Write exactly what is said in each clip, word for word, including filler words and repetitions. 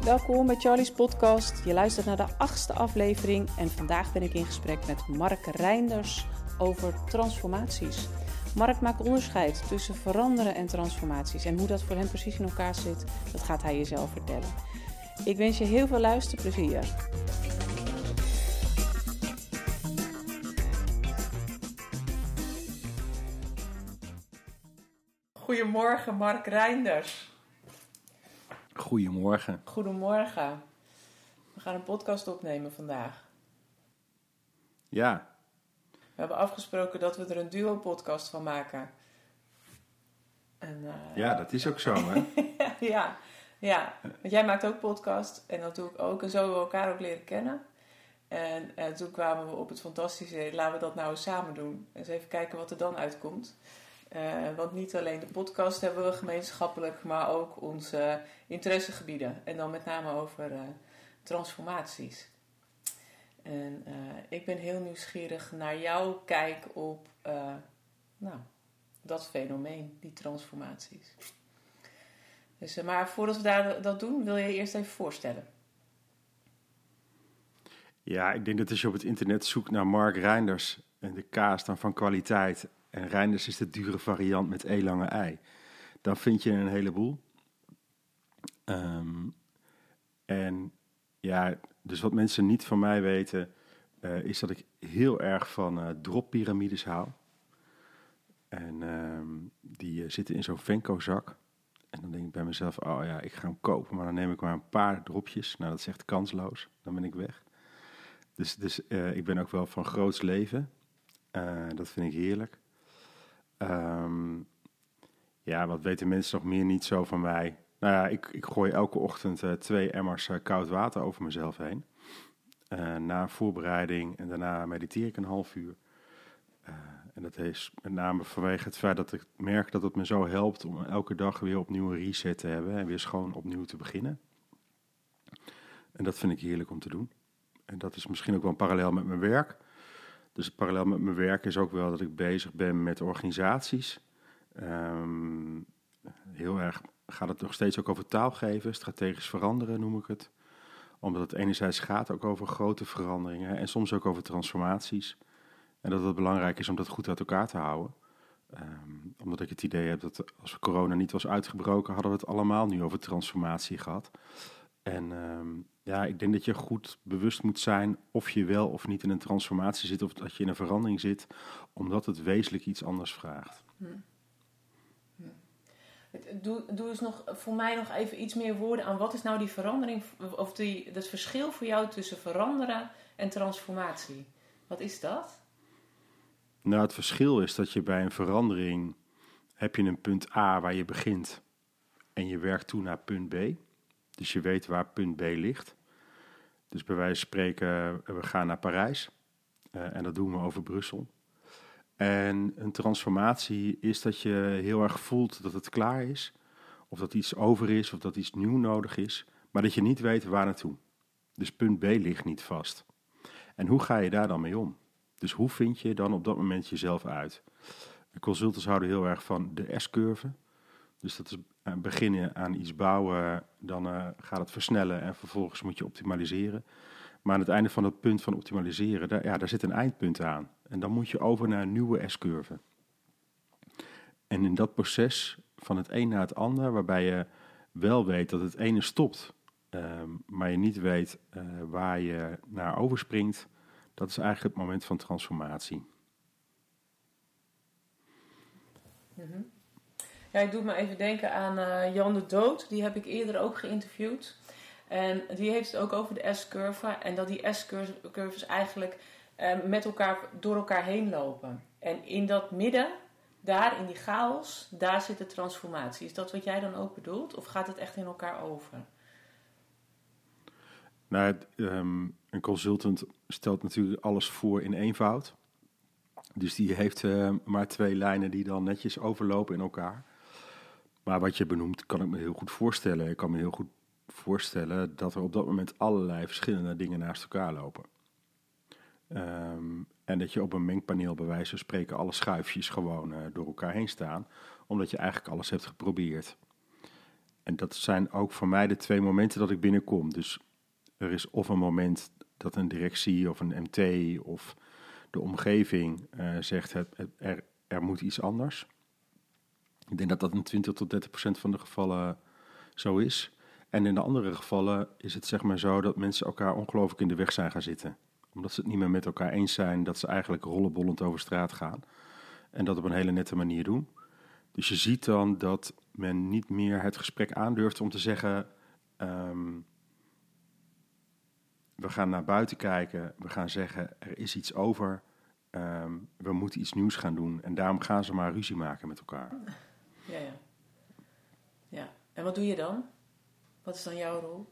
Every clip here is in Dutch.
Welkom bij Charlie's podcast. Je luistert naar de achtste aflevering en vandaag ben ik in gesprek met Mark Reinders over transformaties. Mark maakt onderscheid tussen veranderen en transformaties en hoe dat voor hem precies in elkaar zit, dat gaat hij je zelf vertellen. Ik wens je heel veel luisterplezier. Goedemorgen Mark Reinders. Goedemorgen. Goedemorgen. We gaan een podcast opnemen vandaag. Ja. We hebben afgesproken dat we er een duo-podcast van maken. En, uh, ja, dat is ook zo, hè? ja, ja, want jij maakt ook podcast en dat doe ik ook. En zo hebben we elkaar ook leren kennen. En, en toen kwamen we op het fantastische, laten we dat nou eens samen doen. Eens even kijken wat er dan uitkomt. Uh, want niet alleen de podcast hebben we gemeenschappelijk, maar ook onze interessegebieden. En dan met name over uh, transformaties. En uh, ik ben heel nieuwsgierig naar jouw kijk op uh, nou, dat fenomeen, die transformaties. Dus, uh, maar voordat we daar, dat doen, wil je je eerst even voorstellen. Ja, ik denk dat als je op het internet zoekt naar Mark Reinders en de K is dan van kwaliteit en Reinders is de dure variant met E lange ei, dan vind je een heleboel. Um, en ja, dus wat mensen niet van mij weten, uh, is dat ik heel erg van uh, droppyramides hou. En um, die uh, zitten in zo'n Venco-zak. En dan denk ik bij mezelf, oh ja, ik ga hem kopen, maar dan neem ik maar een paar dropjes. Nou, dat is echt kansloos. Dan ben ik weg. Dus, dus uh, ik ben ook wel van groots leven. Uh, dat vind ik heerlijk. Um, ja, wat weten mensen nog meer niet zo van mij? Nou ja, ik, ik gooi elke ochtend uh, twee emmers uh, koud water over mezelf heen. Uh, na een voorbereiding en daarna mediteer ik een half uur. Uh, en dat is met name vanwege het feit dat ik merk dat het me zo helpt om elke dag weer opnieuw een reset te hebben en weer schoon opnieuw te beginnen. En dat vind ik heerlijk om te doen. En dat is misschien ook wel een parallel met mijn werk. Dus het parallel met mijn werk is ook wel dat ik bezig ben met organisaties. Um, heel erg gaat het nog steeds ook over taalgeven, strategisch veranderen noem ik het. Omdat het enerzijds gaat ook over grote veranderingen en soms ook over transformaties. En dat het belangrijk is om dat goed uit elkaar te houden. Um, omdat ik het idee heb dat als corona niet was uitgebroken, hadden we het allemaal nu over transformatie gehad. En um, ja, ik denk dat je goed bewust moet zijn of je wel of niet in een transformatie zit of dat je in een verandering zit, omdat het wezenlijk iets anders vraagt. Hmm. Hmm. Doe, doe eens nog voor mij nog even iets meer woorden aan wat is nou die verandering, of die, dat verschil voor jou tussen veranderen en transformatie. Wat is dat? Nou, het verschil is dat je bij een verandering heb je een punt A waar je begint en je werkt toe naar punt B. Dus je weet waar punt B ligt. Dus bij wijze van spreken, we gaan naar Parijs. Uh, en dat doen we over Brussel. En een transformatie is dat je heel erg voelt dat het klaar is. Of dat iets over is, of dat iets nieuw nodig is. Maar dat je niet weet waar naartoe. Dus punt B ligt niet vast. En hoe ga je daar dan mee om? Dus hoe vind je dan op dat moment jezelf uit? Consultants houden heel erg van de S-curve. Dus dat is beginnen aan iets bouwen, dan uh, gaat het versnellen en vervolgens moet je optimaliseren. Maar aan het einde van dat punt van optimaliseren, daar, ja, daar zit een eindpunt aan. En dan moet je over naar een nieuwe S-curve. En in dat proces van het een naar het ander, waarbij je wel weet dat het ene stopt, uh, maar je niet weet uh, waar je naar overspringt, dat is eigenlijk het moment van transformatie. Mm-hmm. Ja, ik doe me even denken aan uh, Jan de Dood. Die heb ik eerder ook geïnterviewd. En die heeft het ook over de S-curve. En dat die S-curves eigenlijk uh, met elkaar, door elkaar heen lopen. En in dat midden, daar in die chaos, daar zit de transformatie. Is dat wat jij dan ook bedoelt? Of gaat het echt in elkaar over? Nou, het, um, een consultant stelt natuurlijk alles voor in eenvoud. Dus die heeft uh, maar twee lijnen die dan netjes overlopen in elkaar. Maar wat je benoemt, kan ik me heel goed voorstellen. Ik kan me heel goed voorstellen dat er op dat moment allerlei verschillende dingen naast elkaar lopen. Um, en dat je op een mengpaneel bij wijze van spreken alle schuifjes gewoon uh, door elkaar heen staan. Omdat je eigenlijk alles hebt geprobeerd. En dat zijn ook voor mij de twee momenten dat ik binnenkom. Dus er is of een moment dat een directie of een M T of de omgeving uh, zegt het, het, er, er moet iets anders. Ik denk dat dat in twintig tot dertig procent van de gevallen zo is. En in de andere gevallen is het zeg maar zo dat mensen elkaar ongelooflijk in de weg zijn gaan zitten. Omdat ze het niet meer met elkaar eens zijn, dat ze eigenlijk rollenbollend over straat gaan. En dat op een hele nette manier doen. Dus je ziet dan dat men niet meer het gesprek aandurft om te zeggen... Um, we gaan naar buiten kijken, we gaan zeggen er is iets over... Um, we moeten iets nieuws gaan doen. En daarom gaan ze maar ruzie maken met elkaar. Ja, ja. Ja. En wat doe je dan? Wat is dan jouw rol?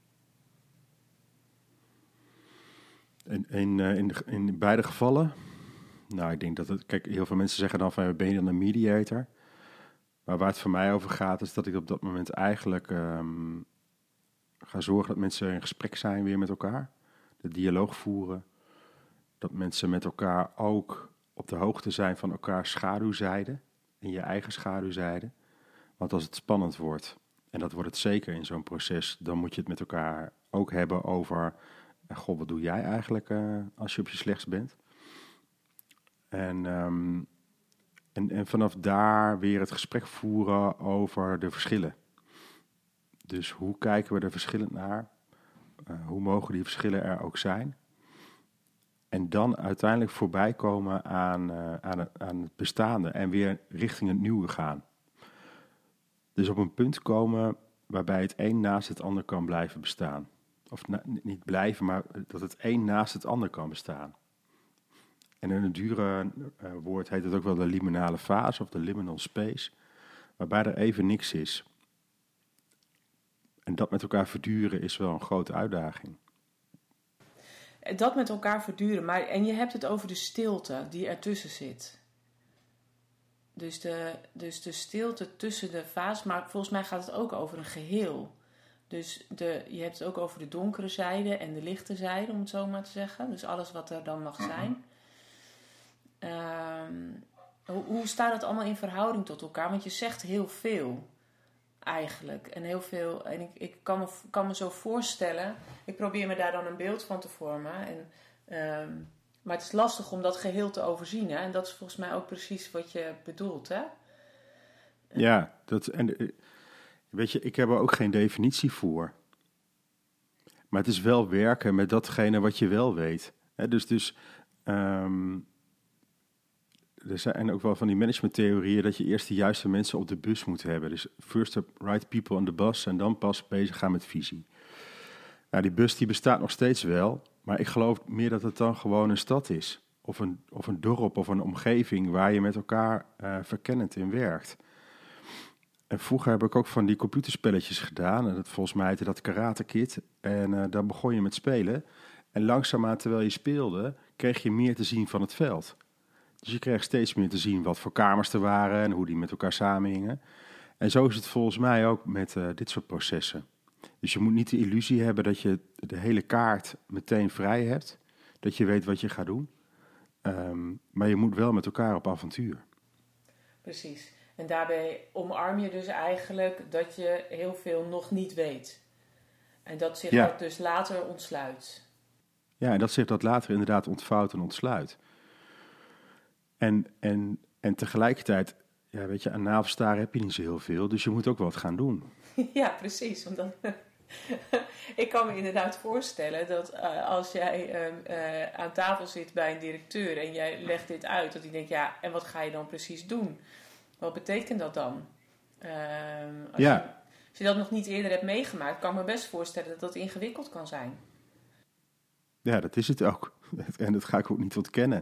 In, in, in, de, in beide gevallen... Nou, ik denk dat het... Kijk, heel veel mensen zeggen dan van... ben je dan een mediator? Maar waar het voor mij over gaat... is dat ik op dat moment eigenlijk... Um, ga zorgen dat mensen in gesprek zijn weer met elkaar. De dialoog voeren. Dat mensen met elkaar ook op de hoogte zijn van elkaars schaduwzijde. En je eigen schaduwzijde. Want als het spannend wordt... en dat wordt het zeker in zo'n proces... dan moet je het met elkaar ook hebben over... goh, wat doe jij eigenlijk uh, als je op je slechtst bent? En, um, en, en vanaf daar weer het gesprek voeren over de verschillen. Dus hoe kijken we er verschillend naar? Uh, hoe mogen die verschillen er ook zijn? En dan uiteindelijk voorbij komen aan, uh, aan, het, aan het bestaande en weer richting het nieuwe gaan. Dus op een punt komen waarbij het een naast het ander kan blijven bestaan. Of na, niet blijven, maar dat het een naast het ander kan bestaan. En in een dure uh, woord heet het ook wel de liminale fase of de liminal space, waarbij er even niks is. En dat met elkaar verduren is wel een grote uitdaging. Dat met elkaar verduren, maar en je hebt het over de stilte die ertussen zit. Dus de, dus de stilte tussen de fases, maar volgens mij gaat het ook over een geheel. Dus de, je hebt het ook over de donkere zijde en de lichte zijde, om het zo maar te zeggen. Dus alles wat er dan mag zijn. Um, hoe, hoe staat dat allemaal in verhouding tot elkaar? Want je zegt heel veel, eigenlijk. En heel veel, en ik, ik kan, me, kan me zo voorstellen, ik probeer me daar dan een beeld van te vormen. En, um, maar het is lastig om dat geheel te overzien. Hè? En dat is volgens mij ook precies wat je bedoelt, hè? Ja, dat, en weet je, ik heb er ook geen definitie voor. Maar het is wel werken met datgene wat je wel weet. He, dus, dus um, er zijn ook wel van die managementtheorieën dat je eerst de juiste mensen op de bus moet hebben. Dus first the right people on the bus en dan pas bezig gaan met visie. Nou, die bus die bestaat nog steeds wel, maar ik geloof meer dat het dan gewoon een stad is. Of een, of een dorp of een omgeving waar je met elkaar uh, verkennend in werkt. En vroeger heb ik ook van die computerspelletjes gedaan. En dat, volgens mij heette dat Karate Kid. En uh, daar begon je met spelen. En langzaamaan terwijl je speelde, kreeg je meer te zien van het veld. Dus je kreeg steeds meer te zien wat voor kamers er waren en hoe die met elkaar samenhingen. En zo is het volgens mij ook met uh, dit soort processen. Dus je moet niet de illusie hebben dat je de hele kaart meteen vrij hebt. Dat je weet wat je gaat doen. Um, maar je moet wel met elkaar op avontuur. Precies. En daarbij omarm je dus eigenlijk dat je heel veel nog niet weet. En dat zich ja. dat dus later ontsluit. Ja, en dat zich dat later inderdaad ontvouwt en ontsluit. En, en, en tegelijkertijd, ja, weet je, aan navelstaren heb je niet zo heel veel. Dus je moet ook wat gaan doen. Ja, precies. Want dan, ik kan me inderdaad voorstellen dat uh, als jij uh, uh, aan tafel zit bij een directeur en jij legt dit uit, dat hij denkt, ja, en wat ga je dan precies doen? Wat betekent dat dan? Uh, als, ja. je, als je dat nog niet eerder hebt meegemaakt, kan ik me best voorstellen dat dat ingewikkeld kan zijn. Ja, dat is het ook. En dat ga ik ook niet ontkennen.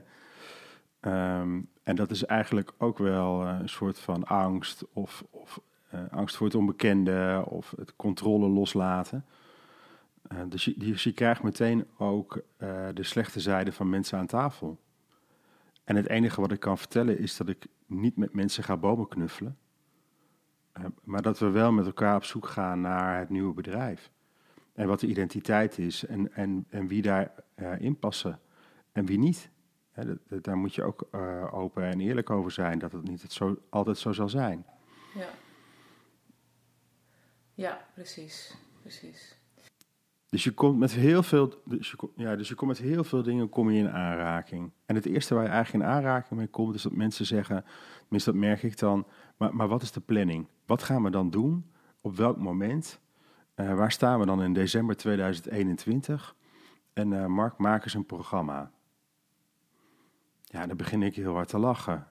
Um, en dat is eigenlijk ook wel uh, een soort van angst of, of uh, angst voor het onbekende of het controle loslaten. Uh, dus, je, dus je krijgt meteen ook uh, de slechte zijde van mensen aan tafel. En het enige wat ik kan vertellen is dat ik niet met mensen ga bomen knuffelen. Uh, maar dat we wel met elkaar op zoek gaan naar het nieuwe bedrijf. En wat de identiteit is en, en, en wie daar uh, in passen en wie niet. He, dat, dat, daar moet je ook uh, open en eerlijk over zijn, dat het niet het zo, altijd zo zal zijn. Ja. Ja, precies. precies. Dus je komt met heel veel, dus je, kom- ja, dus je komt met heel veel dingen kom je in aanraking. En het eerste waar je eigenlijk in aanraking mee komt, is dat mensen zeggen, tenminste dat merk ik dan, maar, maar wat is de planning? Wat gaan we dan doen? Op welk moment? Uh, waar staan we dan in december tweeduizend eenentwintig? En uh, Mark, maak eens een programma. Ja, dan begin ik heel hard te lachen.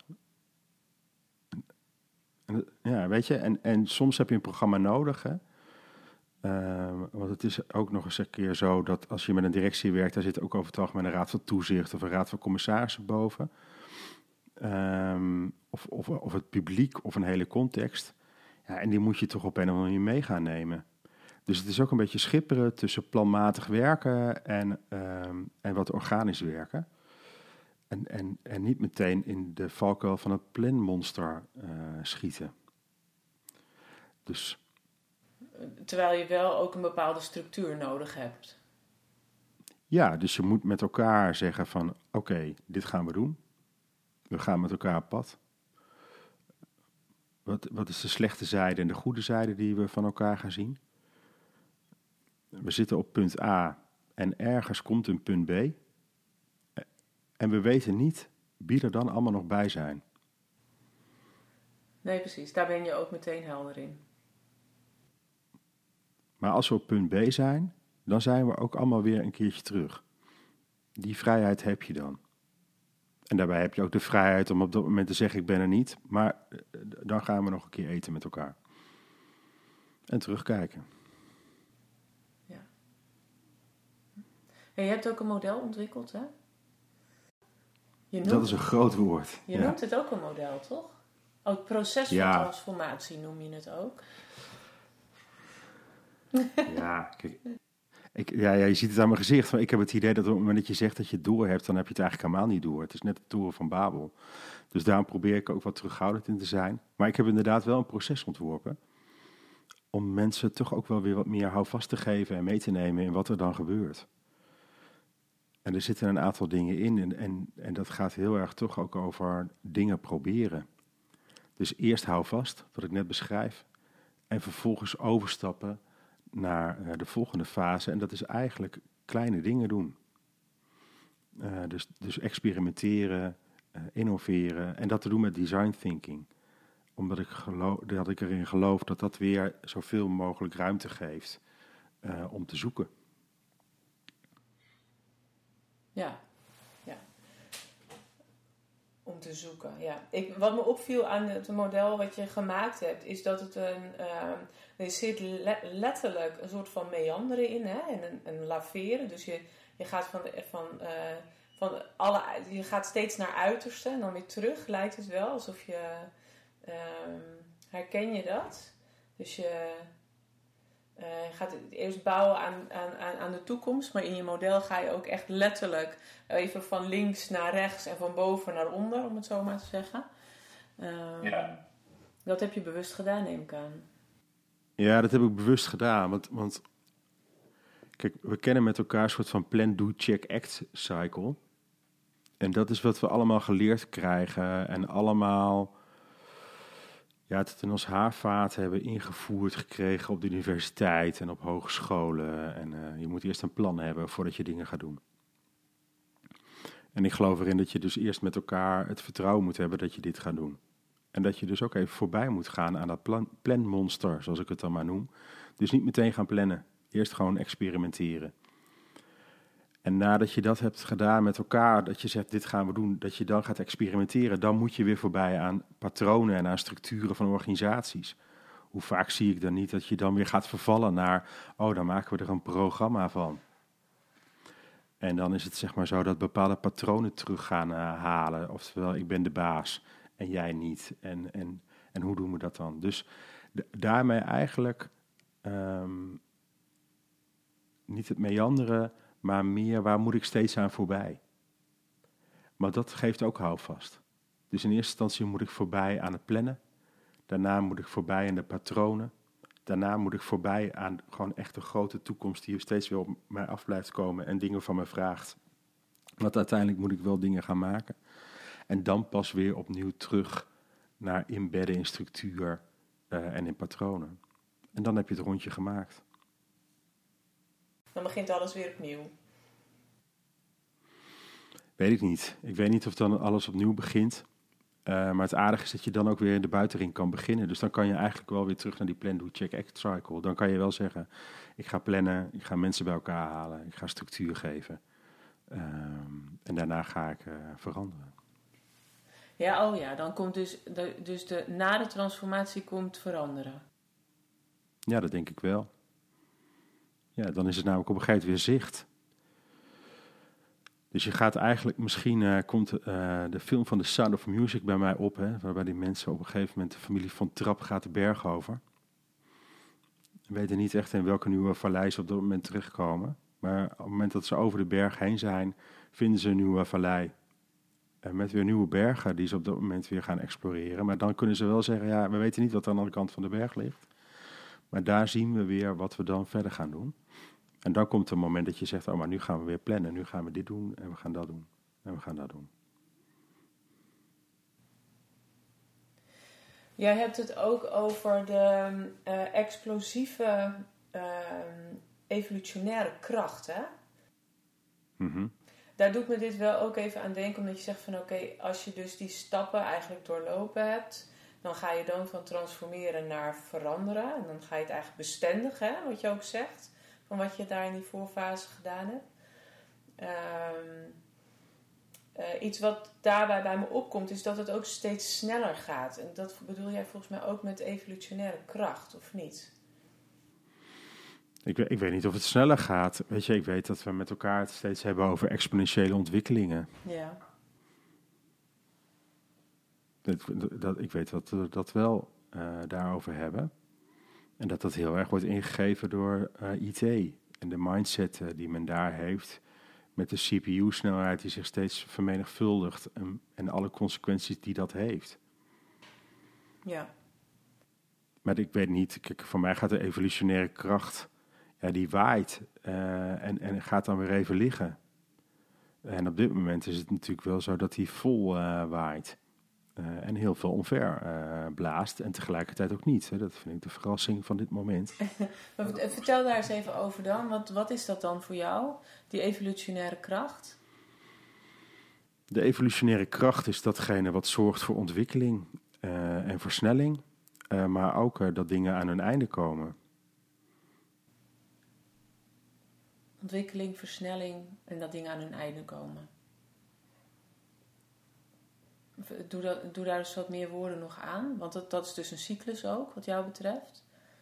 En, ja, weet je, en, en soms heb je een programma nodig, hè. Uh, want het is ook nog eens een keer zo dat als je met een directie werkt, daar zit ook over het algemeen een raad van toezicht of een raad van commissarissen boven. Um, of, of, of het publiek of een hele context. Ja, en die moet je toch op een of andere manier mee gaan nemen. Dus het is ook een beetje schipperen tussen planmatig werken en, um, en wat organisch werken. En, en, en niet meteen in de valkuil van het planmonster uh, schieten. Dus... Terwijl je wel ook een bepaalde structuur nodig hebt. Ja, dus je moet met elkaar zeggen van, oké, okay, dit gaan we doen. We gaan met elkaar op pad. Wat, wat is de slechte zijde en de goede zijde die we van elkaar gaan zien? We zitten op punt A en ergens komt een punt B. En we weten niet wie er dan allemaal nog bij zijn. Nee, precies. Daar ben je ook meteen helder in. Maar als we op punt B zijn, dan zijn we ook allemaal weer een keertje terug. Die vrijheid heb je dan. En daarbij heb je ook de vrijheid om op dat moment te zeggen, ik ben er niet. Maar dan gaan we nog een keer eten met elkaar. En terugkijken. Ja. En je hebt ook een model ontwikkeld, hè? Je noemt, dat is een groot woord. Je ja. noemt het ook een model, toch? Oh, het proces van ja. transformatie noem je het ook. Ja, kijk. Ik, ja, ja, je ziet het aan mijn gezicht. Ik heb het idee dat op het moment dat je zegt dat je het door hebt, dan heb je het eigenlijk helemaal niet door. Het is net de toren van Babel. Dus daarom probeer ik ook wat terughoudend in te zijn. Maar ik heb inderdaad wel een proces ontworpen om mensen toch ook wel weer wat meer houvast te geven en mee te nemen in wat er dan gebeurt. En er zitten een aantal dingen in en, en, en dat gaat heel erg toch ook over dingen proberen. Dus eerst hou vast, wat ik net beschrijf, en vervolgens overstappen naar uh, de volgende fase. En dat is eigenlijk kleine dingen doen. Uh, dus, dus experimenteren, uh, innoveren en dat te doen met design thinking. Omdat ik, geloof, dat ik erin geloof dat dat weer zoveel mogelijk ruimte geeft uh, om te zoeken. Ja, ja. Om te zoeken, ja. Ik, wat me opviel aan het model wat je gemaakt hebt, is dat het een... Uh, er zit le- letterlijk een soort van meanderen in, hè, en een, een laveren. Dus je, je gaat van, van, uh, van alle... Je gaat steeds naar uiterste en dan weer terug, lijkt het wel. Alsof je... Uh, herken je dat? Dus je... Uh, je gaat eerst bouwen aan, aan, aan de toekomst, maar in je model ga je ook echt letterlijk even van links naar rechts en van boven naar onder, om het zo maar te zeggen. Uh, ja. Dat heb je bewust gedaan, neem ik aan. Ja, dat heb ik bewust gedaan, want, want kijk, we kennen met elkaar een soort van plan, do, check, act cycle. En dat is wat we allemaal geleerd krijgen en allemaal... Ja, het in ons haarvaat hebben ingevoerd gekregen op de universiteit en op hogescholen. En uh, je moet eerst een plan hebben voordat je dingen gaat doen. En ik geloof erin dat je dus eerst met elkaar het vertrouwen moet hebben dat je dit gaat doen. En dat je dus ook even voorbij moet gaan aan dat plan, planmonster, zoals ik het dan maar noem. Dus niet meteen gaan plannen. Eerst gewoon experimenteren. En nadat je dat hebt gedaan met elkaar, dat je zegt, dit gaan we doen, dat je dan gaat experimenteren, dan moet je weer voorbij aan patronen en aan structuren van organisaties. Hoe vaak zie ik dan niet dat je dan weer gaat vervallen naar, oh, dan maken we er een programma van. En dan is het zeg maar zo dat bepaalde patronen terug gaan uh, halen. Oftewel, ik ben de baas en jij niet. En, en, en hoe doen we dat dan? Dus de, daarmee eigenlijk um, niet het meanderen, maar meer, waar moet ik steeds aan voorbij? Maar dat geeft ook houvast. Dus in eerste instantie moet ik voorbij aan het plannen. Daarna moet ik voorbij aan de patronen. Daarna moet ik voorbij aan gewoon echt een grote toekomst die steeds weer op mij af blijft komen en dingen van me vraagt. Want uiteindelijk moet ik wel dingen gaan maken. En dan pas weer opnieuw terug naar inbedden in structuur uh, en in patronen. En dan heb je het rondje gemaakt. Dan begint alles weer opnieuw. Weet ik niet. Ik weet niet of dan alles opnieuw begint. Uh, maar het aardige is dat je dan ook weer in de buitenring kan beginnen. Dus dan kan je eigenlijk wel weer terug naar die plan, do, check, act, cycle. Dan kan je wel zeggen, ik ga plannen, ik ga mensen bij elkaar halen, ik ga structuur geven. Um, en daarna ga ik uh, veranderen. Ja, oh ja, dan komt dus, de, dus de, na de transformatie komt veranderen. Ja, dat denk ik wel. Ja, dan is het namelijk op een gegeven moment weer zicht. Dus je gaat eigenlijk, misschien uh, komt uh, de film van The Sound of Music bij mij op, hè, waarbij die mensen op een gegeven moment, de familie van Trapp gaat de berg over. We weten niet echt in welke nieuwe vallei ze op dat moment terugkomen. Maar op het moment dat ze over de berg heen zijn, vinden ze een nieuwe vallei. Uh, met weer nieuwe bergen die ze op dat moment weer gaan exploreren. Maar dan kunnen ze wel zeggen, ja, we weten niet wat er aan de andere kant van de berg ligt. Maar daar zien we weer wat we dan verder gaan doen. En dan komt het moment dat je zegt, oh, maar nu gaan we weer plannen. Nu gaan we dit doen en we gaan dat doen. En we gaan dat doen. Jij hebt het ook over de uh, explosieve uh, evolutionaire kracht, hè? Mm-hmm. Daar doet me dit wel ook even aan denken, omdat je zegt van oké, okay, als je dus die stappen eigenlijk doorlopen hebt, dan ga je dan van transformeren naar veranderen. En dan ga je het eigenlijk bestendigen, hè, wat je ook zegt, van wat je daar in die voorfase gedaan hebt. Um, uh, iets wat daarbij bij me opkomt, is dat het ook steeds sneller gaat. En dat bedoel jij volgens mij ook met evolutionaire kracht, of niet? Ik weet, ik weet niet of het sneller gaat. Weet je, ik weet dat we met elkaar het steeds hebben over exponentiële ontwikkelingen. Ja. Dat, dat, ik weet dat we dat wel uh, daarover hebben. En dat dat heel erg wordt ingegeven door uh, I T. En de mindset uh, die men daar heeft. Met de C P U-snelheid die zich steeds vermenigvuldigt. En, en alle consequenties die dat heeft. Ja. Maar ik weet niet. Kijk, voor mij gaat de evolutionaire kracht... Ja, die waait uh, en, en gaat dan weer even liggen. En op dit moment is het natuurlijk wel zo dat hij vol uh, waait. Uh, en heel veel omver uh, blaast. En tegelijkertijd ook niet. Hè. Dat vind ik de verrassing van dit moment. Maar vertel daar eens even over dan. Wat, wat is dat dan voor jou? Die evolutionaire kracht? De evolutionaire kracht is datgene wat zorgt voor ontwikkeling uh, en versnelling. Uh, maar ook uh, dat dingen aan hun einde komen. Ontwikkeling, versnelling en dat dingen aan hun einde komen. Doe, dat, doe daar eens wat meer woorden nog aan. Want dat, dat is dus een cyclus ook, wat jou betreft.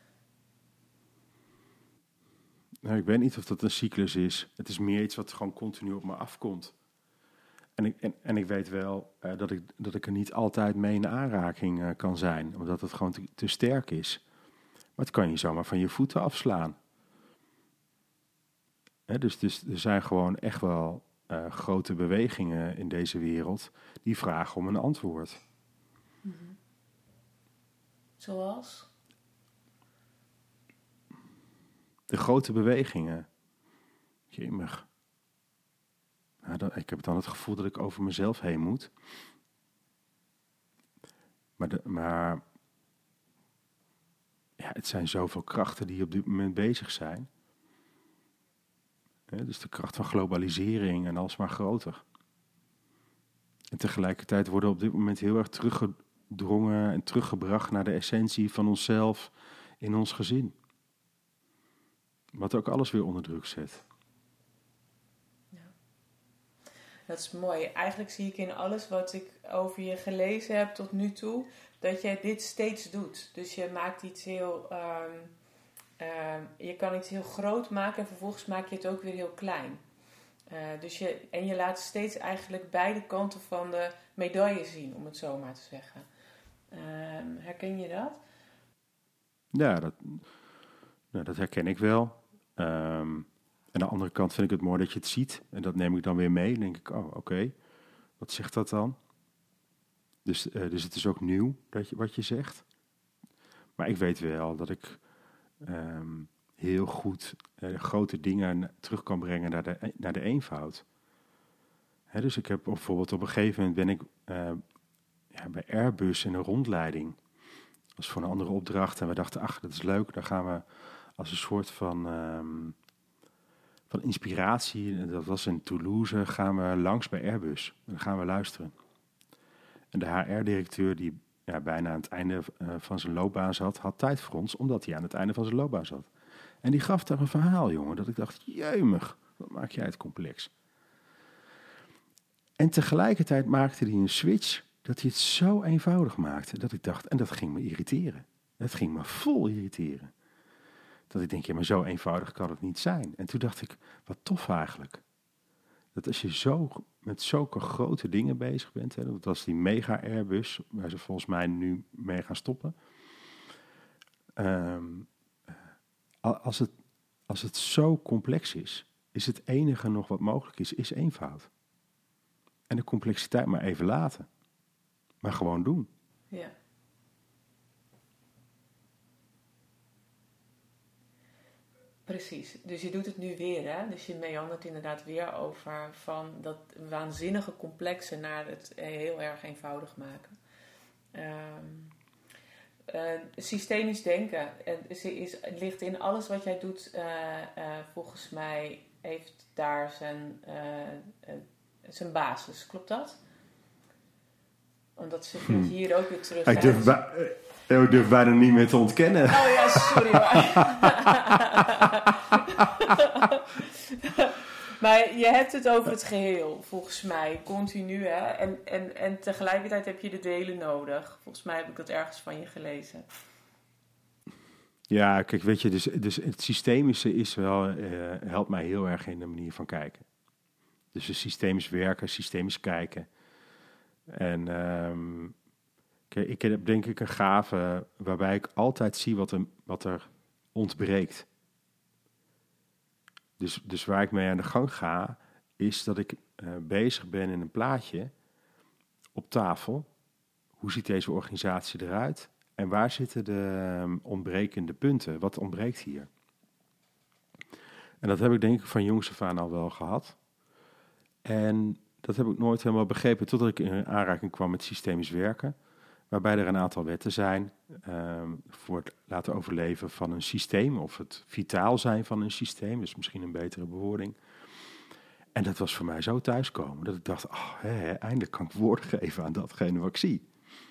Nou, ik weet niet of dat een cyclus is. Het is meer iets wat gewoon continu op me afkomt. En ik, en, en ik weet wel uh, dat, ik, dat ik er niet altijd mee in aanraking uh, kan zijn. Omdat het gewoon te, te sterk is. Maar het kan je zomaar van je voeten afslaan. He, dus, dus er zijn gewoon echt wel uh, grote bewegingen in deze wereld die vragen om een antwoord. Mm-hmm. Zoals? De grote bewegingen. Jemig. Nou, dan, ik heb dan het gevoel dat ik over mezelf heen moet. Maar, de, maar ja, het zijn zoveel krachten die op dit moment bezig zijn. He, dus de kracht van globalisering en alsmaar groter. En tegelijkertijd worden we op dit moment heel erg teruggedrongen en teruggebracht naar de essentie van onszelf in ons gezin. Wat ook alles weer onder druk zet. Ja. Dat is mooi. Eigenlijk zie ik in alles wat ik over je gelezen heb tot nu toe, dat jij dit steeds doet. Dus je maakt iets heel... Um, uh, je kan iets heel groot maken en vervolgens maak je het ook weer heel klein. Uh, dus je, en je laat steeds eigenlijk beide kanten van de medaille zien, om het zo maar te zeggen. Uh, herken je dat? Ja, dat, nou, dat herken ik wel. Um, aan de andere kant vind ik het mooi dat je het ziet. En dat neem ik dan weer mee. Dan denk ik, oh, oké, okay. Wat zegt dat dan? Dus, uh, dus het is ook nieuw dat je, wat je zegt. Maar ik weet wel dat ik um, heel goed uh, grote dingen terug kan brengen naar de, naar de eenvoud. Hè, dus ik heb bijvoorbeeld op een gegeven moment ben ik uh, ja, bij Airbus in een rondleiding was voor een andere opdracht. En we dachten, ach, dat is leuk. Dan gaan we als een soort van, um, van inspiratie, dat was in Toulouse, gaan we langs bij Airbus. En dan gaan we luisteren. En de H R-directeur, die ja, bijna aan het einde uh, van zijn loopbaan zat, had tijd voor ons, omdat hij aan het einde van zijn loopbaan zat. En die gaf daar een verhaal, jongen, dat ik dacht, jeumig, wat maak jij het complex. En tegelijkertijd maakte hij een switch dat hij het zo eenvoudig maakte, dat ik dacht, en dat ging me irriteren. Dat ging me vol irriteren. Dat ik denk, ja, maar zo eenvoudig kan het niet zijn. En toen dacht ik, wat tof eigenlijk. Dat als je zo met zulke grote dingen bezig bent, hè, dat was die mega Airbus, waar ze volgens mij nu mee gaan stoppen. Um, als, het, als het zo complex is, is het enige nog wat mogelijk is, is eenvoud. En de complexiteit maar even laten. Maar gewoon doen. Ja. Precies. Dus je doet het nu weer, hè? Dus je meandert inderdaad weer over van dat waanzinnige complexe naar het heel erg eenvoudig maken. Um, uh, systemisch denken uh, is, ligt in alles wat jij doet. Uh, uh, volgens mij heeft daar zijn, uh, uh, zijn basis. Klopt dat? Omdat ze hm. hier ook weer terug. Ik durf, ba- ik durf bijna niet meer te ontkennen. Oh ja, sorry maar. Maar je hebt het over het geheel, volgens mij, continu. Hè? En, en, en tegelijkertijd heb je de delen nodig. Volgens mij heb ik dat ergens van je gelezen. Ja, kijk, weet je, dus, dus het systemische is wel, uh, helpt mij heel erg in de manier van kijken. Dus het systemisch werken, systemisch kijken. En um, kijk, ik heb denk ik een gave waarbij ik altijd zie wat er, wat er ontbreekt. Dus, dus waar ik mee aan de gang ga, is dat ik uh, bezig ben in een plaatje op tafel. Hoe ziet deze organisatie eruit? En waar zitten de um, ontbrekende punten? Wat ontbreekt hier? En dat heb ik denk ik van jongs af aan al wel gehad. En dat heb ik nooit helemaal begrepen totdat ik in aanraking kwam met systemisch werken. Waarbij er een aantal wetten zijn um, voor het laten overleven van een systeem. Of het vitaal zijn van een systeem. Dus misschien een betere bewoording. En dat was voor mij zo thuiskomen. Dat ik dacht, oh, hè, hè, eindelijk kan ik woorden geven aan datgene wat ik zie.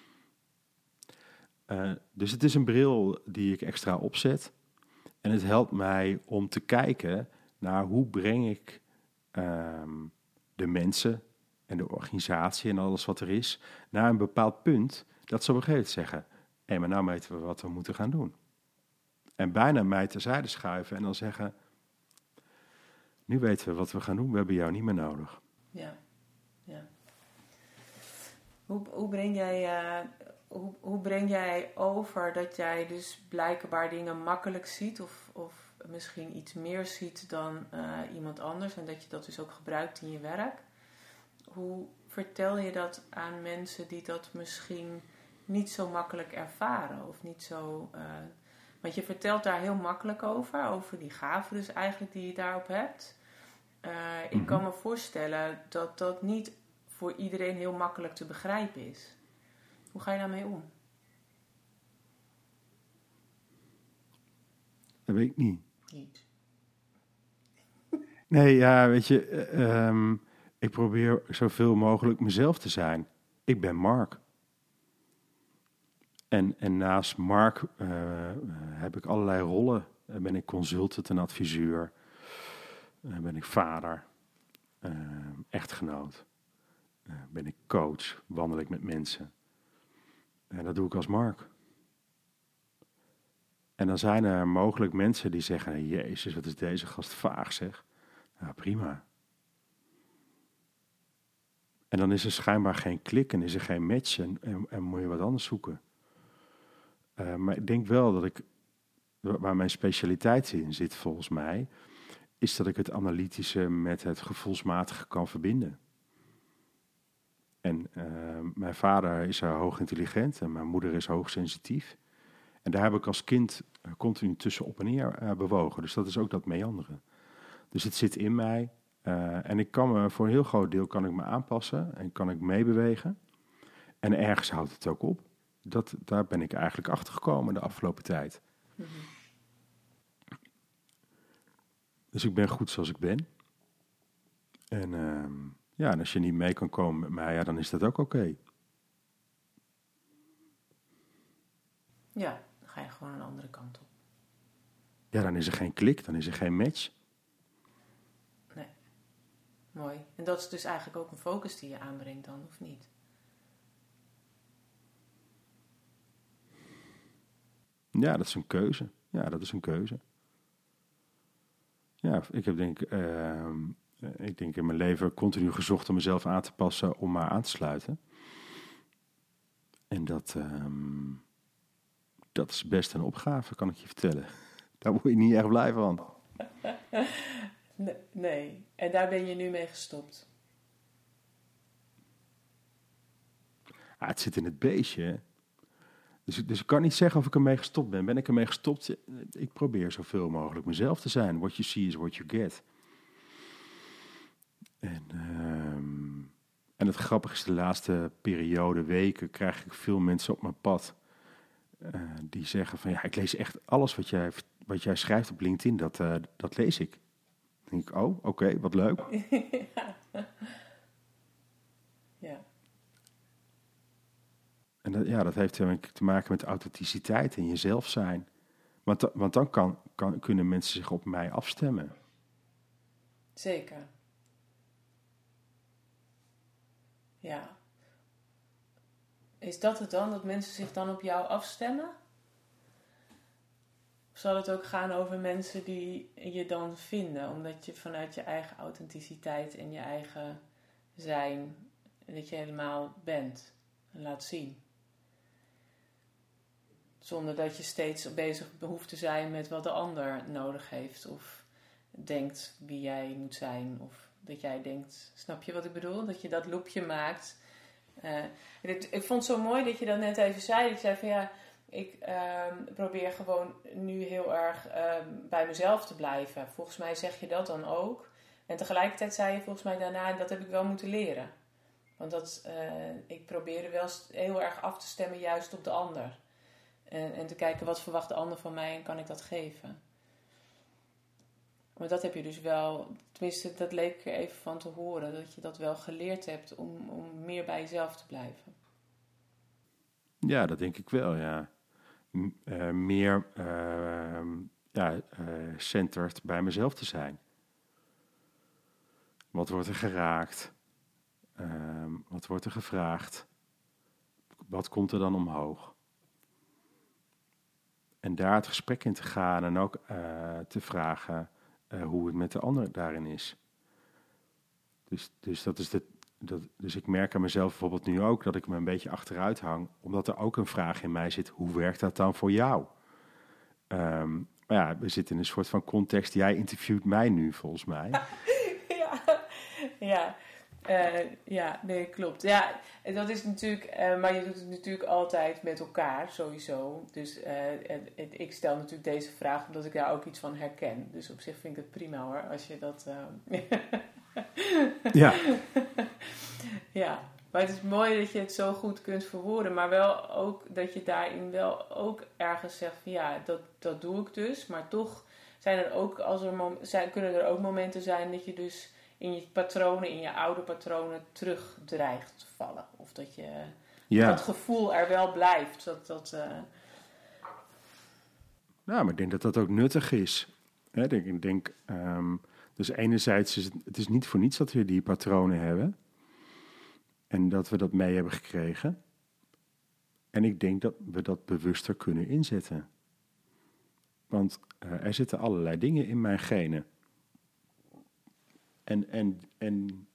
Uh, dus het is een bril die ik extra opzet. En het helpt mij om te kijken naar hoe breng ik um, de mensen en de organisatie en alles wat er is naar een bepaald punt dat ze op een gegeven moment zeggen, hé, hey, maar nou weten we wat we moeten gaan doen. En bijna mij terzijde schuiven en dan zeggen, nu weten we wat we gaan doen, we hebben jou niet meer nodig. Ja, ja. Hoe, hoe breng jij... Uh... Hoe, hoe breng jij over dat jij dus blijkbaar dingen makkelijk ziet of, of misschien iets meer ziet dan uh, iemand anders en dat je dat dus ook gebruikt in je werk? Hoe vertel je dat aan mensen die dat misschien niet zo makkelijk ervaren of niet zo... Uh, want je vertelt daar heel makkelijk over, over die gaven dus eigenlijk die je daarop hebt. Uh, ik mm-hmm. kan me voorstellen dat dat niet voor iedereen heel makkelijk te begrijpen is. Hoe ga je daarmee om? Dat weet ik niet. Niet. Nee, ja, weet je, uh, um, ik probeer zoveel mogelijk mezelf te zijn. Ik ben Mark. En, en naast Mark uh, heb ik allerlei rollen. Uh, ben ik consultant en adviseur. Uh, ben ik vader. Uh, echtgenoot. Uh, ben ik coach. Wandel ik met mensen. En dat doe ik als Mark. En dan zijn er mogelijk mensen die zeggen, Jezus, wat is deze gast vaag zeg. Nou, prima. En dan is er schijnbaar geen klik en is er geen match en, en, en moet je wat anders zoeken. Uh, maar ik denk wel dat ik, waar mijn specialiteit in zit volgens mij, is dat ik het analytische met het gevoelsmatige kan verbinden. En uh, mijn vader is uh, hoog intelligent en mijn moeder is hoogsensitief. En daar heb ik als kind uh, continu tussen op en neer uh, bewogen. Dus dat is ook dat meanderen. Dus het zit in mij. Uh, en ik kan me voor een heel groot deel kan ik me aanpassen en kan ik meebewegen. En ergens houdt het ook op. dat, daar ben ik eigenlijk achter gekomen de afgelopen tijd. Mm-hmm. Dus ik ben goed zoals ik ben. En uh, ja, en als je niet mee kan komen met mij, ja, dan is dat ook oké. Okay. Ja, dan ga je gewoon een andere kant op. Ja, dan is er geen klik, dan is er geen match. Nee, mooi. En dat is dus eigenlijk ook een focus die je aanbrengt dan, of niet? Ja, dat is een keuze. Ja, dat is een keuze. Ja, ik heb denk, uh, ik denk in mijn leven continu gezocht om mezelf aan te passen om maar aan te sluiten. En dat, um, dat is best een opgave, kan ik je vertellen. Daar word je niet erg blij van. Nee, en daar ben je nu mee gestopt? Ah, het zit in het beestje. Dus, dus ik kan niet zeggen of ik ermee gestopt ben. Ben ik ermee gestopt? Ik probeer zoveel mogelijk mezelf te zijn. What you see is what you get. En, um, en het grappige is, de laatste periode, weken, krijg ik veel mensen op mijn pad. Uh, die zeggen van, ja, ik lees echt alles wat jij, wat jij schrijft op LinkedIn, dat, uh, dat lees ik. Dan denk ik, oh, oké, okay, wat leuk. Ja. Ja. En dat, ja, dat heeft te maken met authenticiteit en jezelf zijn. Want, want dan kan, kan, kunnen mensen zich op mij afstemmen. Zeker. Ja. Is dat het dan, dat mensen zich dan op jou afstemmen? Of zal het ook gaan over mensen die je dan vinden, omdat je vanuit je eigen authenticiteit en je eigen zijn, dat je helemaal bent en laat zien? Zonder dat je steeds bezig hoeft te zijn met wat de ander nodig heeft. Of denkt wie jij moet zijn. Of dat jij denkt, snap je wat ik bedoel? Dat je dat loopje maakt. Uh, ik, ik vond het zo mooi dat je dat net even zei. Ik zei van ja, ik uh, probeer gewoon nu heel erg uh, bij mezelf te blijven. Volgens mij zeg je dat dan ook. En tegelijkertijd zei je volgens mij daarna, dat heb ik wel moeten leren. Want dat, uh, ik probeerde wel heel erg af te stemmen juist op de ander. En, en te kijken, wat verwacht de ander van mij en kan ik dat geven? Maar dat heb je dus wel, tenminste dat leek er even van te horen, dat je dat wel geleerd hebt om, om meer bij jezelf te blijven. Ja, dat denk ik wel, ja. M- uh, meer uh, ja, uh, centered bij mezelf te zijn. Wat wordt er geraakt? Uh, wat wordt er gevraagd? Wat komt er dan omhoog? En daar het gesprek in te gaan en ook uh, te vragen uh, hoe het met de ander daarin is. Dus, dus, dat is de, dat, dus ik merk aan mezelf bijvoorbeeld nu ook dat ik me een beetje achteruit hang. Omdat er ook een vraag in mij zit, hoe werkt dat dan voor jou? Um, maar ja, we zitten in een soort van context. Jij interviewt mij nu volgens mij. Ja, ja. Uh, ja, nee, klopt. Ja, dat is natuurlijk, uh, maar je doet het natuurlijk altijd met elkaar, sowieso. Dus uh, en, en ik stel natuurlijk deze vraag omdat ik daar ook iets van herken. Dus op zich vind ik het prima hoor, als je dat... Uh... Ja. Ja, maar het is mooi dat je het zo goed kunt verwoorden, maar wel ook dat je daarin wel ook ergens zegt van ja, dat, dat doe ik dus. Maar toch zijn er ook, als er mom- zijn, kunnen er ook momenten zijn dat je dus in je patronen, in je oude patronen terug dreigt te vallen. Of dat je ja. dat gevoel er wel blijft. Dat, dat, uh... Nou, maar ik denk dat dat ook nuttig is. Hè, ik denk, um, dus enerzijds is het, het is niet voor niets dat we die patronen hebben. En dat we dat mee hebben gekregen. En ik denk dat we dat bewuster kunnen inzetten. Want uh, er zitten allerlei dingen in mijn genen. En, en, en,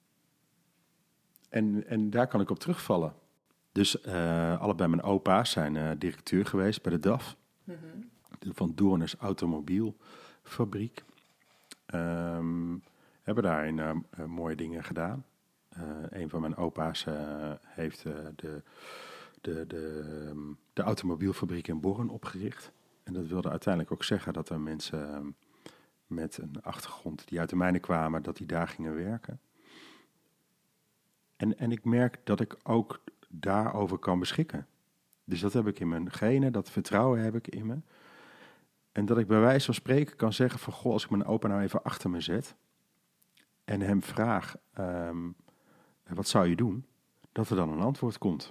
en, en daar kan ik op terugvallen. Dus uh, allebei mijn opa's zijn uh, directeur geweest bij de D A F. Mm-hmm. Van Doorners Automobielfabriek. Um, hebben daarin uh, uh, mooie dingen gedaan. Uh, een van mijn opa's uh, heeft uh, de, de, de, um, de automobielfabriek in Borren opgericht. En dat wilde uiteindelijk ook zeggen dat er mensen... Um, met een achtergrond die uit de mijne kwamen, dat die daar gingen werken. En, en ik merk dat ik ook daarover kan beschikken. Dus dat heb ik in mijn genen, dat vertrouwen heb ik in me. En dat ik bij wijze van spreken kan zeggen van, goh, als ik mijn opa nou even achter me zet en hem vraag, um, wat zou je doen? Dat er dan een antwoord komt.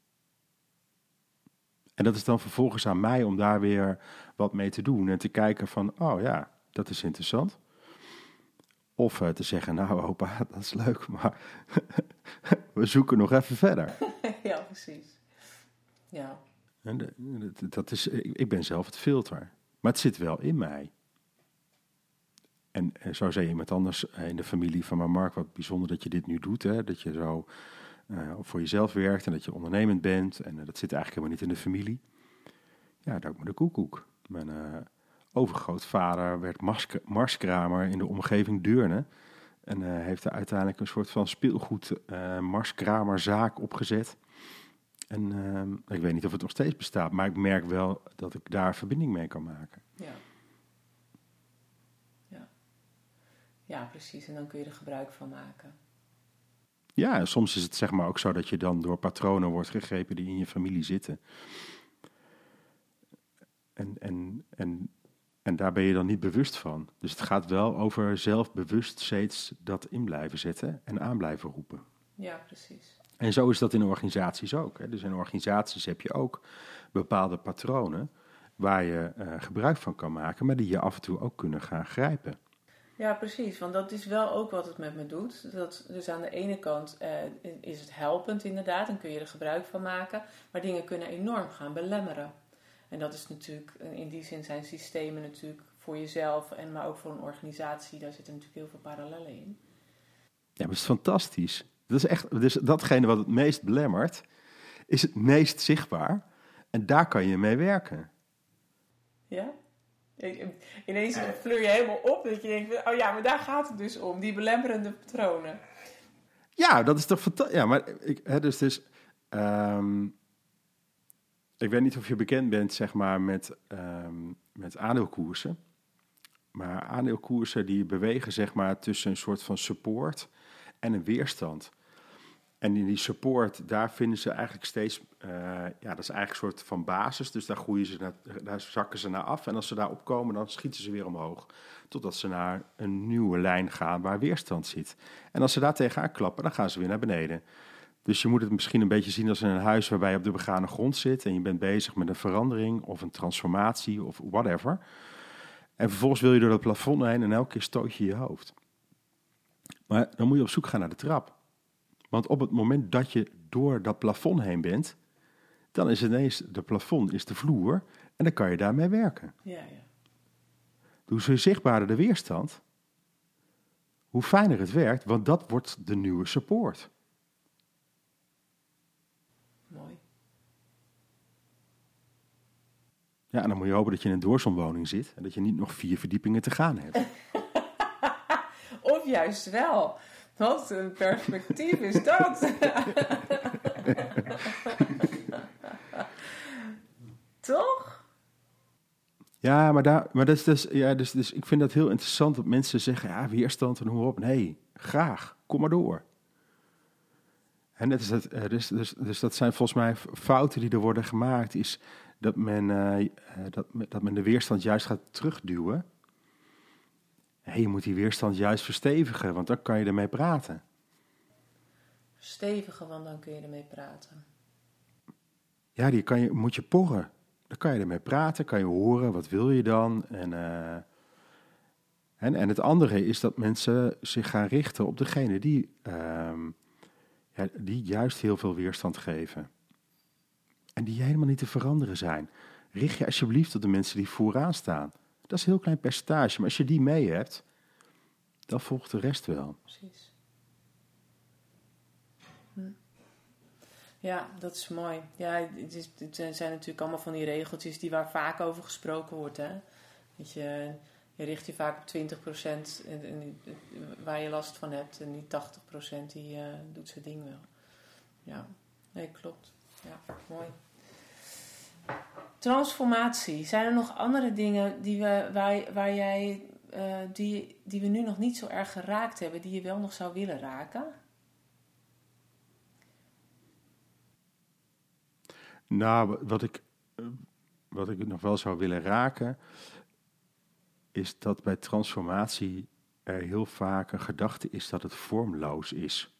En dat is dan vervolgens aan mij om daar weer wat mee te doen en te kijken van, oh ja, dat is interessant. Of uh, te zeggen, nou opa, dat is leuk, maar we zoeken nog even verder. Ja, precies. Ja. En de, dat is, ik ben zelf het filter, maar het zit wel in mij. En zo zei iemand anders in de familie van, maar Mark, wat bijzonder dat je dit nu doet, hè? Dat je zo uh, voor jezelf werkt en dat je ondernemend bent. En uh, dat zit eigenlijk helemaal niet in de familie. Ja, dank me de koekoek. Mijn uh, overgrootvader werd masker, marskramer in de omgeving Deurne. En uh, heeft er uiteindelijk een soort van speelgoed uh, marskramerzaak opgezet. En uh, ik weet niet of het nog steeds bestaat, maar ik merk wel dat ik daar verbinding mee kan maken. Ja. Ja. Ja, precies. En dan kun je er gebruik van maken. Ja, en soms is het zeg maar ook zo dat je dan door patronen wordt gegrepen die in je familie zitten. En, en, en, en daar ben je dan niet bewust van. Dus het gaat wel over zelfbewust steeds dat in blijven zetten en aan blijven roepen. Ja, precies. En zo is dat in organisaties ook. Hè. Dus in organisaties heb je ook bepaalde patronen waar je uh, gebruik van kan maken, maar die je af en toe ook kunnen gaan grijpen. Ja, precies. Want dat is wel ook wat het met me doet. Dat, dus aan de ene kant uh, is het helpend inderdaad en kun je er gebruik van maken. Maar dingen kunnen enorm gaan belemmeren. En dat is natuurlijk, in die zin zijn systemen natuurlijk voor jezelf en maar ook voor een organisatie. Daar zitten natuurlijk heel veel parallellen in. Ja, maar het is fantastisch. Dat is echt, dus datgene wat het meest belemmert, is het meest zichtbaar. En daar kan je mee werken. Ja? Ineens fleur je helemaal op dat je denkt, oh ja, maar daar gaat het dus om, die belemmerende patronen. Ja, dat is toch fantastisch. Ja, maar ik, hè, dus, dus um, ik weet niet of je bekend bent, zeg maar, met, um, met aandeelkoersen. Maar aandeelkoersen die bewegen, zeg maar, tussen een soort van support en een weerstand. En in die support, daar vinden ze eigenlijk steeds, uh, ja, dat is eigenlijk een soort van basis. Dus daar groeien ze, naar, daar zakken ze naar af. En als ze daar opkomen, dan schieten ze weer omhoog. Totdat ze naar een nieuwe lijn gaan waar weerstand zit. En als ze daar tegenaan klappen, dan gaan ze weer naar beneden. Dus je moet het misschien een beetje zien als een huis waarbij je op de begane grond zit. En je bent bezig met een verandering of een transformatie of whatever. En vervolgens wil je door dat plafond heen en elke keer stoot je je hoofd. Maar dan moet je op zoek gaan naar de trap. Want op het moment dat je door dat plafond heen bent, dan is ineens de plafond is de vloer en dan kan je daarmee werken. Ja, ja. Hoe zo zichtbaarder de weerstand, hoe fijner het werkt, want dat wordt de nieuwe support. Mooi. Ja, en dan moet je hopen dat je in een doorzonwoning zit en dat je niet nog vier verdiepingen te gaan hebt. Of juist wel. Wat een perspectief is dat. Toch? Ja, maar, daar, maar dat is dus, ja, dus, dus ik vind dat heel interessant dat mensen zeggen, ja, weerstand en hoe op. Nee, graag, kom maar door. En dat is het, dus, dus, dus dat zijn volgens mij fouten die er worden gemaakt, is dat men, uh, dat, dat men de weerstand juist gaat terugduwen. Hey, je moet die weerstand juist verstevigen, want dan kan je ermee praten. Verstevigen, want dan kun je ermee praten. Ja, die kan je, moet je porren. Dan kan je ermee praten, kan je horen, wat wil je dan? En, uh, en, en het andere is dat mensen zich gaan richten op degene die, uh, ja, die juist heel veel weerstand geven. En die helemaal niet te veranderen zijn. Richt je alsjeblieft op de mensen die vooraan staan. Dat is een heel klein percentage, maar als je die mee hebt, dan volgt de rest wel. Precies. Hm. Ja, dat is mooi. Ja, het, is, het zijn natuurlijk allemaal van die regeltjes die waar vaak over gesproken wordt. Hè? Dat je, je richt je vaak op twintig procent en, en, waar je last van hebt. En die tachtig procent die uh, doet zijn ding wel. Ja, nee, klopt. Ja, mooi. Transformatie. Zijn er nog andere dingen die we, waar, waar jij, uh, die, die we nu nog niet zo erg geraakt hebben, die je wel nog zou willen raken? Nou, wat ik, wat ik nog wel zou willen raken, is dat bij transformatie er heel vaak een gedachte is dat het vormloos is.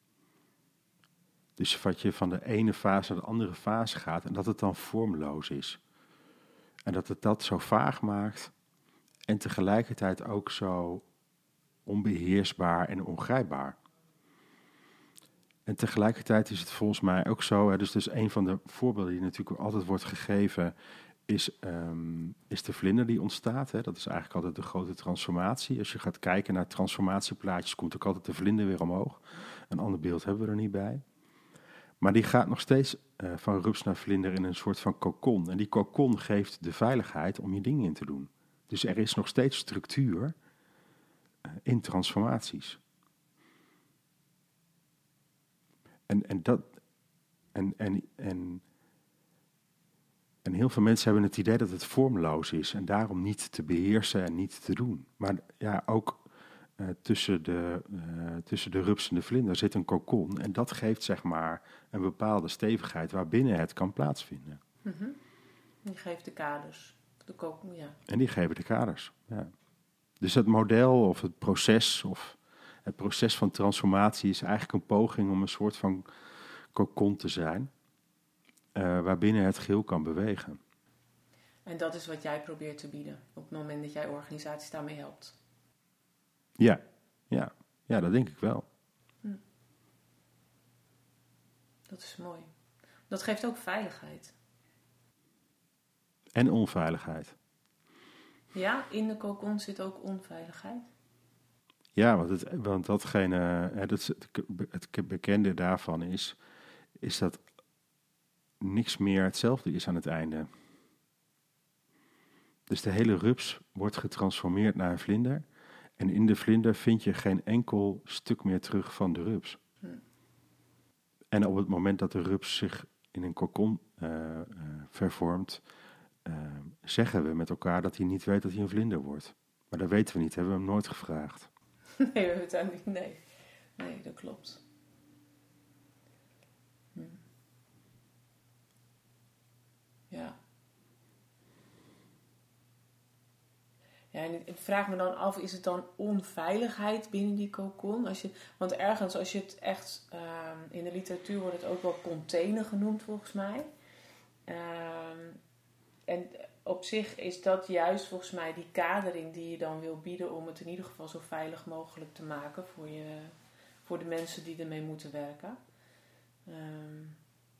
Dus wat je van de ene fase naar de andere fase gaat en dat het dan vormloos is. En dat het dat zo vaag maakt en tegelijkertijd ook zo onbeheersbaar en ongrijpbaar. En tegelijkertijd is het volgens mij ook zo, hè, dus, dus een van de voorbeelden die natuurlijk altijd wordt gegeven, is, um, is de vlinder die ontstaat. Hè. Dat is eigenlijk altijd de grote transformatie. Als je gaat kijken naar transformatieplaatjes, komt ook altijd de vlinder weer omhoog. Een ander beeld hebben we er niet bij. Maar die gaat nog steeds uh, van rups naar vlinder in een soort van cocon. En die cocon geeft de veiligheid om je dingen in te doen. Dus er is nog steeds structuur uh, in transformaties. En, en, dat, en, en, en, en heel veel mensen hebben het idee dat het vormloos is en daarom niet te beheersen en niet te doen. Maar ja, ook uh, tussen, de, uh, tussen de rups en de vlinder zit een cocon en dat geeft zeg maar een bepaalde stevigheid waarbinnen het kan plaatsvinden. Mm-hmm. Die geeft de kaders. De cocon, ja. En die geven de kaders, ja. Dus het model of het proces of het proces van transformatie is eigenlijk een poging om een soort van cocon te zijn, uh, waarbinnen het geheel kan bewegen. En dat is wat jij probeert te bieden op het moment dat jij organisaties daarmee helpt? Ja, ja, ja, dat denk ik wel. Hm. Dat is mooi. Dat geeft ook veiligheid. En onveiligheid. Ja, in de cocon zit ook onveiligheid. Ja, want, het, want datgene, hè, dat, het, het bekende daarvan is, is dat niks meer hetzelfde is aan het einde. Dus de hele rups wordt getransformeerd naar een vlinder. En in de vlinder vind je geen enkel stuk meer terug van de rups. Hm. En op het moment dat de rups zich in een cocon uh, uh, vervormt, uh, zeggen we met elkaar dat hij niet weet dat hij een vlinder wordt. Maar dat weten we niet, hebben we hem nooit gevraagd. Nee, we hebben het daar niet. Nee, nee, dat klopt. Hm. Ja. Ja, en ik vraag me dan af, is het dan onveiligheid binnen die cocon? Als je, want ergens, als je het echt, um, in de literatuur wordt het ook wel container genoemd volgens mij. Um, en op zich is dat juist volgens mij die kadering die je dan wil bieden om het in ieder geval zo veilig mogelijk te maken voor, je, voor de mensen die ermee moeten werken. Um,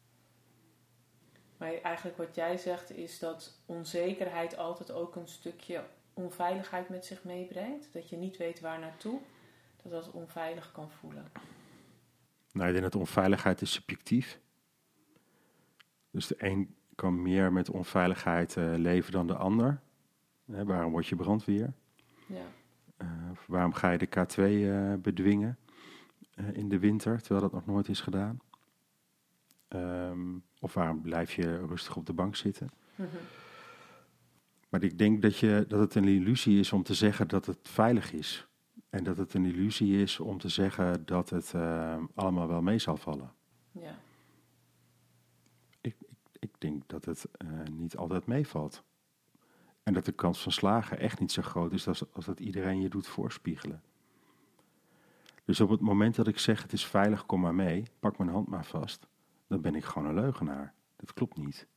maar eigenlijk wat jij zegt is dat onzekerheid altijd ook een stukje onveiligheid met zich meebrengt. Dat je niet weet waar naartoe. Dat dat onveilig kan voelen. Nou, ik denk dat onveiligheid is subjectief. Dus de een kan meer met onveiligheid uh, leven dan de ander. Hè, waarom word je brandweer? Ja. Uh, waarom ga je de K twee uh, bedwingen uh, in de winter, terwijl dat nog nooit is gedaan? Um, of waarom blijf je rustig op de bank zitten? Mm-hmm. Maar ik denk dat, je, dat het een illusie is om te zeggen dat het veilig is. En dat het een illusie is om te zeggen dat het uh, allemaal wel mee zal vallen. Ja. Ik, ik, ik denk dat het uh, niet altijd meevalt. En dat de kans van slagen echt niet zo groot is als, als dat iedereen je doet voorspiegelen. Dus op het moment dat ik zeg het is veilig, kom maar mee, pak mijn hand maar vast, dan ben ik gewoon een leugenaar. Dat klopt niet.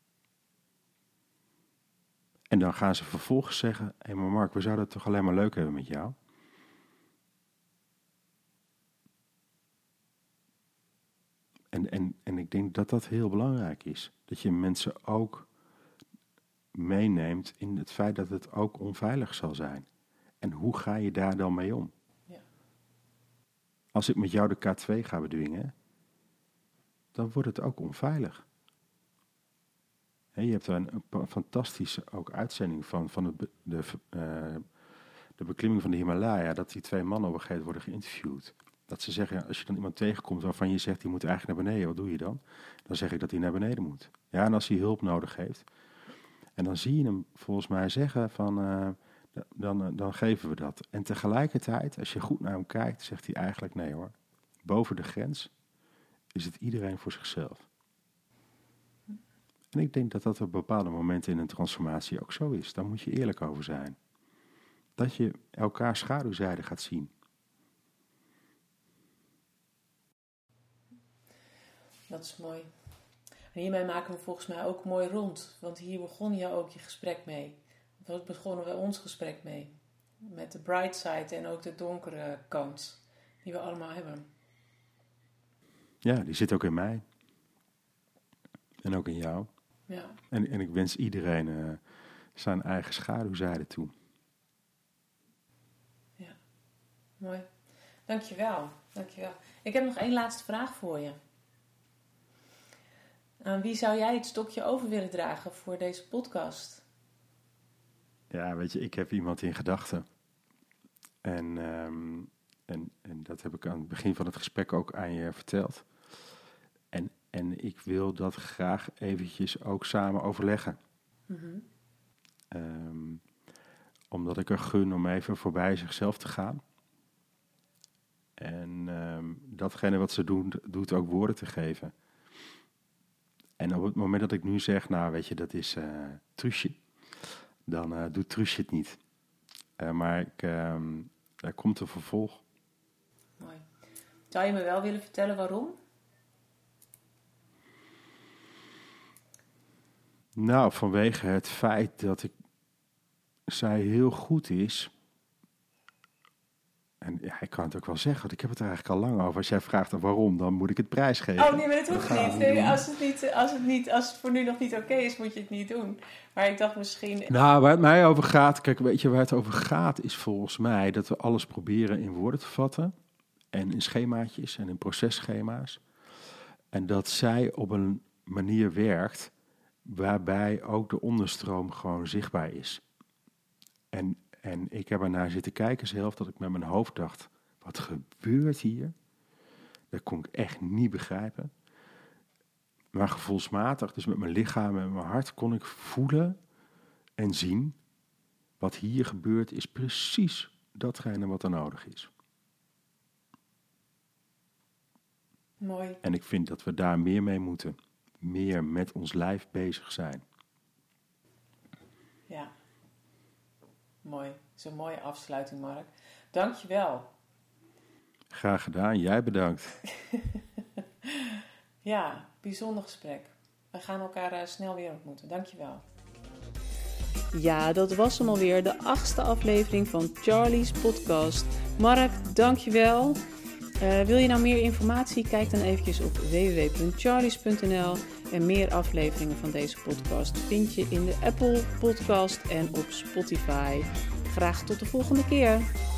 En dan gaan ze vervolgens zeggen, hé hey, maar Mark, we zouden het toch alleen maar leuk hebben met jou? En, en, en ik denk dat dat heel belangrijk is. Dat je mensen ook meeneemt in het feit dat het ook onveilig zal zijn. En hoe ga je daar dan mee om? Ja. Als ik met jou de K twee ga bedwingen, dan wordt het ook onveilig. He, je hebt er een, een fantastische ook uitzending van, van het, de, uh, de beklimming van de Himalaya, dat die twee mannen op een gegeven moment worden geïnterviewd. Dat ze zeggen, als je dan iemand tegenkomt waarvan je zegt, die moet eigenlijk naar beneden, wat doe je dan? Dan zeg ik dat hij naar beneden moet. Ja, en als hij hulp nodig heeft. En dan zie je hem volgens mij zeggen van, uh, dan, uh, dan geven we dat. En tegelijkertijd, als je goed naar hem kijkt, zegt hij eigenlijk, nee hoor, boven de grens is het iedereen voor zichzelf. En ik denk dat dat op bepaalde momenten in een transformatie ook zo is. Daar moet je eerlijk over zijn. Dat je elkaar schaduwzijde gaat zien. Dat is mooi. En hiermee maken we volgens mij ook mooi rond. Want hier begon je ook je gesprek mee. Wat begonnen we ons gesprek mee? Met de bright side en ook de donkere kant. Die we allemaal hebben. Ja, die zit ook in mij. En ook in jou. Ja. En, en ik wens iedereen uh, zijn eigen schaduwzijde toe. Ja, mooi. Dankjewel. Dankjewel. Ik heb nog één laatste vraag voor je. Aan wie zou jij het stokje over willen dragen voor deze podcast? Ja, weet je, ik heb iemand in gedachten. En, um, en, en dat heb ik aan het begin van het gesprek ook aan je verteld. En, en ik wil dat graag eventjes ook samen overleggen. Mm-hmm. Um, omdat ik er gun om even voorbij zichzelf te gaan. En um, datgene wat ze doen, doet ook woorden te geven. En op het moment dat ik nu zeg, nou weet je, dat is uh, Truusje. Dan uh, doet Truusje het niet. Uh, maar ik, um, er komt een vervolg. Mooi. Zou je me wel willen vertellen waarom? Nou, vanwege het feit dat ik zij heel goed is. En ja, ik kan het ook wel zeggen, want ik heb het er eigenlijk al lang over. Als jij vraagt waarom, dan moet ik het prijsgeven. Oh nee, maar dat hoeft niet. Nee, als, het niet, als, het niet. als het voor nu nog niet oké is, moet je het niet doen. Maar ik dacht misschien... Nou, waar het mij over gaat, kijk, weet je waar het over gaat, is volgens mij dat we alles proberen in woorden te vatten. En in schemaatjes en in processchema's. En dat zij op een manier werkt waarbij ook de onderstroom gewoon zichtbaar is. En, en ik heb ernaar zitten kijken zelf, dat ik met mijn hoofd dacht, wat gebeurt hier? Dat kon ik echt niet begrijpen. Maar gevoelsmatig, dus met mijn lichaam en mijn hart, kon ik voelen en zien, wat hier gebeurt is precies datgene wat er nodig is. Mooi. En ik vind dat we daar meer mee moeten. Meer met ons lijf bezig zijn. Ja. Mooi. Dat is een mooie afsluiting, Mark. Dank je wel. Graag gedaan. Jij bedankt. Ja, bijzonder gesprek. We gaan elkaar uh, snel weer ontmoeten. Dank je wel. Ja, dat was hem alweer. De achtste aflevering van Charlie's podcast. Mark, dank je wel. Uh, wil je nou meer informatie? Kijk dan eventjes op w w w punt charlies punt n l. En meer afleveringen van deze podcast vind je in de Apple Podcast en op Spotify. Graag tot de volgende keer.